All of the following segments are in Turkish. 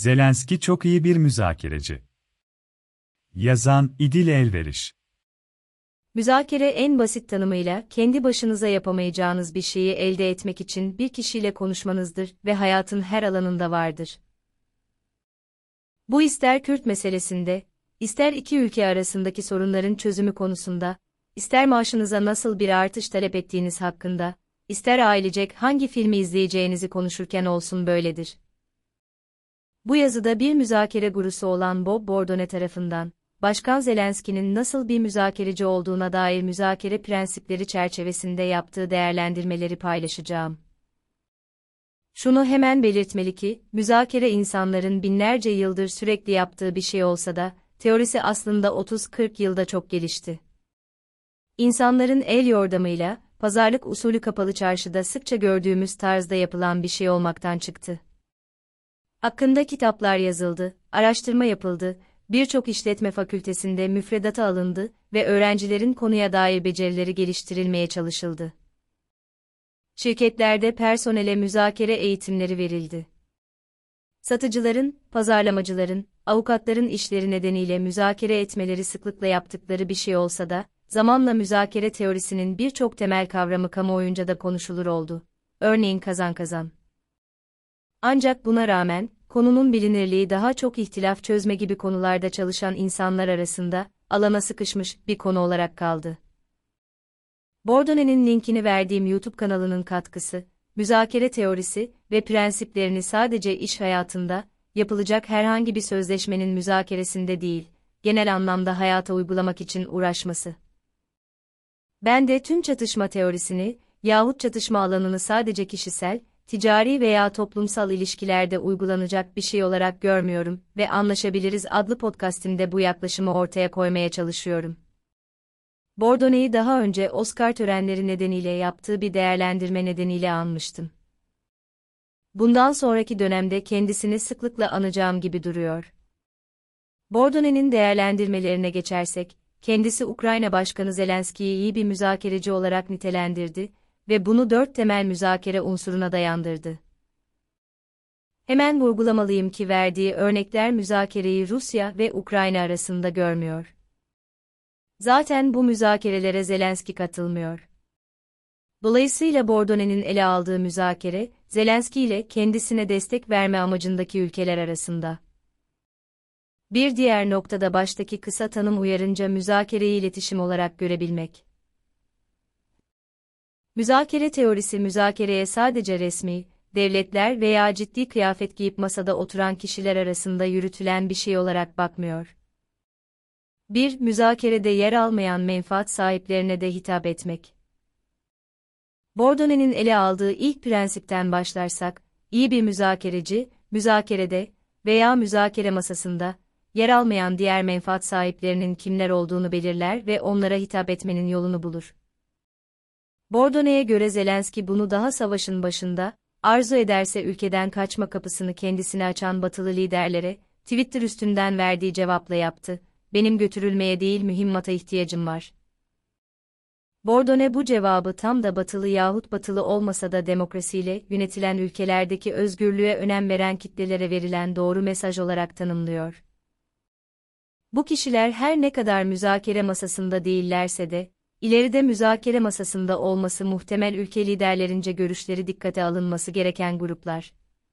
Zelenski çok iyi bir müzakereci. Yazan İdil Elveriş. Müzakere en basit tanımıyla, kendi başınıza yapamayacağınız bir şeyi elde etmek için bir kişiyle konuşmanızdır ve hayatın her alanında vardır. Bu ister Kürt meselesinde, ister iki ülke arasındaki sorunların çözümü konusunda, ister maaşınıza nasıl bir artış talep ettiğiniz hakkında, ister ailecek hangi filmi izleyeceğinizi konuşurken olsun böyledir. Bu yazıda bir müzakere gurusu olan Bob Bordone tarafından, Başkan Zelenski'nin nasıl bir müzakereci olduğuna dair müzakere prensipleri çerçevesinde yaptığı değerlendirmeleri paylaşacağım. Şunu hemen belirtmeli ki, müzakere insanların binlerce yıldır sürekli yaptığı bir şey olsa da, teorisi aslında 30-40 yılda çok gelişti. İnsanların el yordamıyla, pazarlık usulü kapalı çarşıda sıkça gördüğümüz tarzda yapılan bir şey olmaktan çıktı. Hakkında kitaplar yazıldı, araştırma yapıldı, birçok işletme fakültesinde müfredata alındı ve öğrencilerin konuya dair becerileri geliştirilmeye çalışıldı. Şirketlerde personele müzakere eğitimleri verildi. Satıcıların, pazarlamacıların, avukatların işleri nedeniyle müzakere etmeleri sıklıkla yaptıkları bir şey olsa da, zamanla müzakere teorisinin birçok temel kavramı kamuoyunca da konuşulur oldu. Örneğin kazan-kazan. Ancak buna rağmen, konunun bilinirliği daha çok ihtilaf çözme gibi konularda çalışan insanlar arasında, alana sıkışmış bir konu olarak kaldı. Bordone'nin linkini verdiğim YouTube kanalının katkısı, müzakere teorisi ve prensiplerini sadece iş hayatında, yapılacak herhangi bir sözleşmenin müzakeresinde değil, genel anlamda hayata uygulamak için uğraşması. Ben de tüm çatışma teorisini, yahut çatışma alanını sadece kişisel, ticari veya toplumsal ilişkilerde uygulanacak bir şey olarak görmüyorum ve Anlaşabiliriz adlı podcastimde bu yaklaşımı ortaya koymaya çalışıyorum. Bordone'yi daha önce Oscar törenleri nedeniyle yaptığı bir değerlendirme nedeniyle anmıştım. Bundan sonraki dönemde kendisini sıklıkla anacağım gibi duruyor. Bordone'nin değerlendirmelerine geçersek, kendisi Ukrayna Başkanı Zelenski'yi iyi bir müzakereci olarak nitelendirdi ve bunu 4 temel müzakere unsuruna dayandırdı. Hemen vurgulamalıyım ki verdiği örnekler müzakereyi Rusya ve Ukrayna arasında görmüyor. Zaten bu müzakerelere Zelenski katılmıyor. Dolayısıyla Bordone'nin ele aldığı müzakere, Zelenski ile kendisine destek verme amacındaki ülkeler arasında. Bir diğer noktada baştaki kısa tanım uyarınca müzakereyi iletişim olarak görebilmek. Müzakere teorisi müzakereye sadece resmi, devletler veya ciddi kıyafet giyip masada oturan kişiler arasında yürütülen bir şey olarak bakmıyor. Bir, müzakerede yer almayan menfaat sahiplerine de hitap etmek. Bordone'nin ele aldığı ilk prensipten başlarsak, iyi bir müzakereci, müzakerede veya müzakere masasında, yer almayan diğer menfaat sahiplerinin kimler olduğunu belirler ve onlara hitap etmenin yolunu bulur. Bordone'ye göre Zelenski bunu daha savaşın başında, arzu ederse ülkeden kaçma kapısını kendisine açan batılı liderlere, Twitter üstünden verdiği cevapla yaptı, benim götürülmeye değil mühimmata ihtiyacım var. Bordone bu cevabı tam da batılı yahut batılı olmasa da demokrasiyle yönetilen ülkelerdeki özgürlüğe önem veren kitlelere verilen doğru mesaj olarak tanımlıyor. Bu kişiler her ne kadar müzakere masasında değillerse de, ileride müzakere masasında olması muhtemel ülke liderlerince görüşleri dikkate alınması gereken gruplar.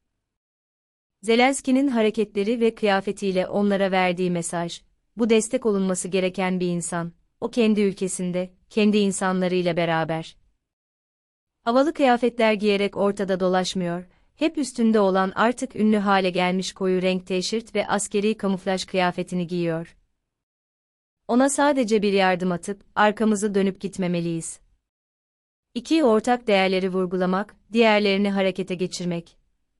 Zelenski'nin hareketleri ve kıyafetiyle onlara verdiği mesaj, bu destek olunması gereken bir insan, o kendi ülkesinde, kendi insanlarıyla beraber. Havalı kıyafetler giyerek ortada dolaşmıyor, hep üstünde olan artık ünlü hale gelmiş koyu renk tişört ve askeri kamuflaj kıyafetini giyiyor. Ona sadece bir yardım atıp, arkamızı dönüp gitmemeliyiz. İki, ortak değerleri vurgulamak, diğerlerini harekete geçirmek.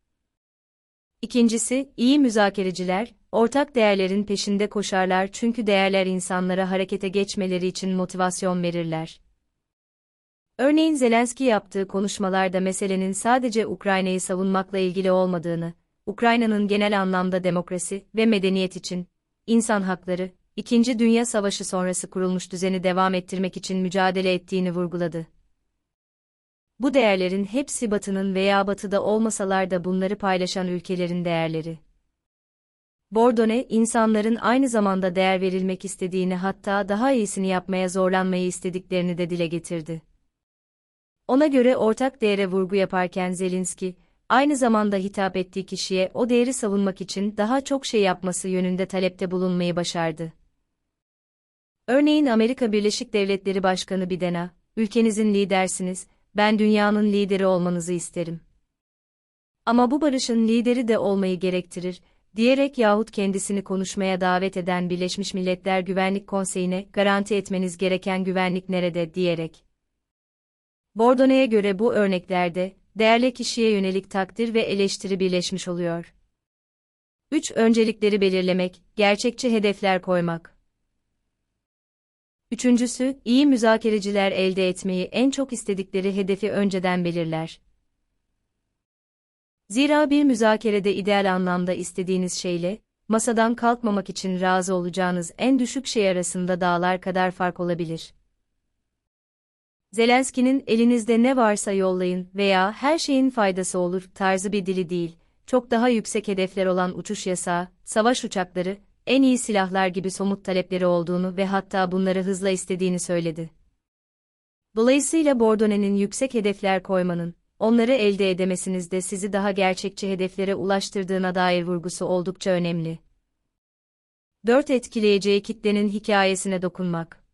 İkincisi, iyi müzakereciler, ortak değerlerin peşinde koşarlar çünkü değerler insanlara harekete geçmeleri için motivasyon verirler. Örneğin Zelenski yaptığı konuşmalarda meselenin sadece Ukrayna'yı savunmakla ilgili olmadığını, Ukrayna'nın genel anlamda demokrasi ve medeniyet için, insan hakları, İkinci Dünya Savaşı sonrası kurulmuş düzeni devam ettirmek için mücadele ettiğini vurguladı. Bu değerlerin hepsi Batı'nın veya Batı'da olmasalar da bunları paylaşan ülkelerin değerleri. Bordone, insanların aynı zamanda değer verilmek istediğini, hatta daha iyisini yapmaya zorlanmayı istediklerini de dile getirdi. Ona göre ortak değere vurgu yaparken Zelenski, aynı zamanda hitap ettiği kişiye o değeri savunmak için daha çok şey yapması yönünde talepte bulunmayı başardı. Örneğin Amerika Birleşik Devletleri Başkanı Biden'a, "Ülkenizin lidersiniz, ben dünyanın lideri olmanızı isterim. Ama bu barışın lideri de olmayı gerektirir," diyerek yahut kendisini konuşmaya davet eden Birleşmiş Milletler Güvenlik Konseyi'ne "Garanti etmeniz gereken güvenlik nerede?" diyerek. Bordone'ye göre bu örneklerde, değerli kişiye yönelik takdir ve eleştiri birleşmiş oluyor. 3. Öncelikleri belirlemek, gerçekçi hedefler koymak. Üçüncüsü, iyi müzakereciler elde etmeyi en çok istedikleri hedefi önceden belirler. Zira bir müzakerede ideal anlamda istediğiniz şeyle, masadan kalkmamak için razı olacağınız en düşük şey arasında dağlar kadar fark olabilir. Zelenski'nin "elinizde ne varsa yollayın veya her şeyin faydası olur" tarzı bir dili değil, çok daha yüksek hedefler olan uçuş yasağı, savaş uçakları, en iyi silahlar gibi somut talepleri olduğunu ve hatta bunları hızla istediğini söyledi. Dolayısıyla Bordone'nin yüksek hedefler koymanın, onları elde edemesiniz de sizi daha gerçekçi hedeflere ulaştırdığına dair vurgusu oldukça önemli. 4. Etkileyeceği kitlenin hikayesine dokunmak.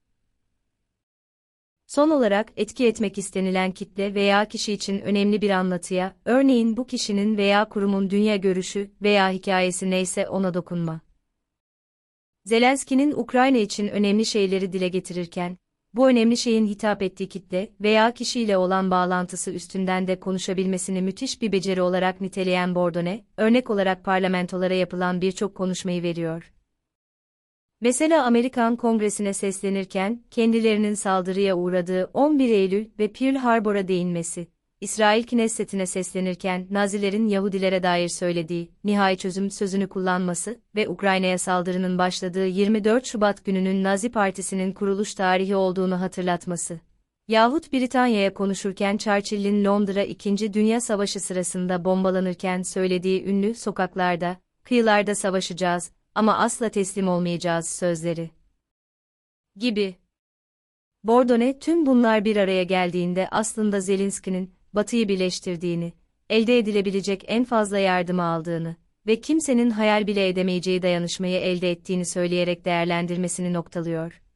Son olarak, etki etmek istenilen kitle veya kişi için önemli bir anlatıya, örneğin bu kişinin veya kurumun dünya görüşü veya hikayesi neyse ona dokunma. Zelenski'nin Ukrayna için önemli şeyleri dile getirirken, bu önemli şeyin hitap ettiği kitle veya kişiyle olan bağlantısı üstünden de konuşabilmesini müthiş bir beceri olarak niteleyen Bordone, örnek olarak parlamentolara yapılan birçok konuşmayı veriyor. Mesela Amerikan Kongresi'ne seslenirken, kendilerinin saldırıya uğradığı 11 Eylül ve Pearl Harbor'a değinmesi, İsrail Knesset'ine seslenirken Nazilerin Yahudilere dair söylediği "nihai çözüm" sözünü kullanması ve Ukrayna'ya saldırının başladığı 24 Şubat gününün Nazi Partisi'nin kuruluş tarihi olduğunu hatırlatması. Yahut Britanya'ya konuşurken Churchill'in Londra 2. Dünya Savaşı sırasında bombalanırken söylediği ünlü "sokaklarda, kıyılarda savaşacağız ama asla teslim olmayacağız" sözleri gibi. Bordone tüm bunlar bir araya geldiğinde aslında Zelenski'nin Batı'yı birleştirdiğini, elde edilebilecek en fazla yardımı aldığını ve kimsenin hayal bile edemeyeceği dayanışmayı elde ettiğini söyleyerek değerlendirmesini noktalıyor.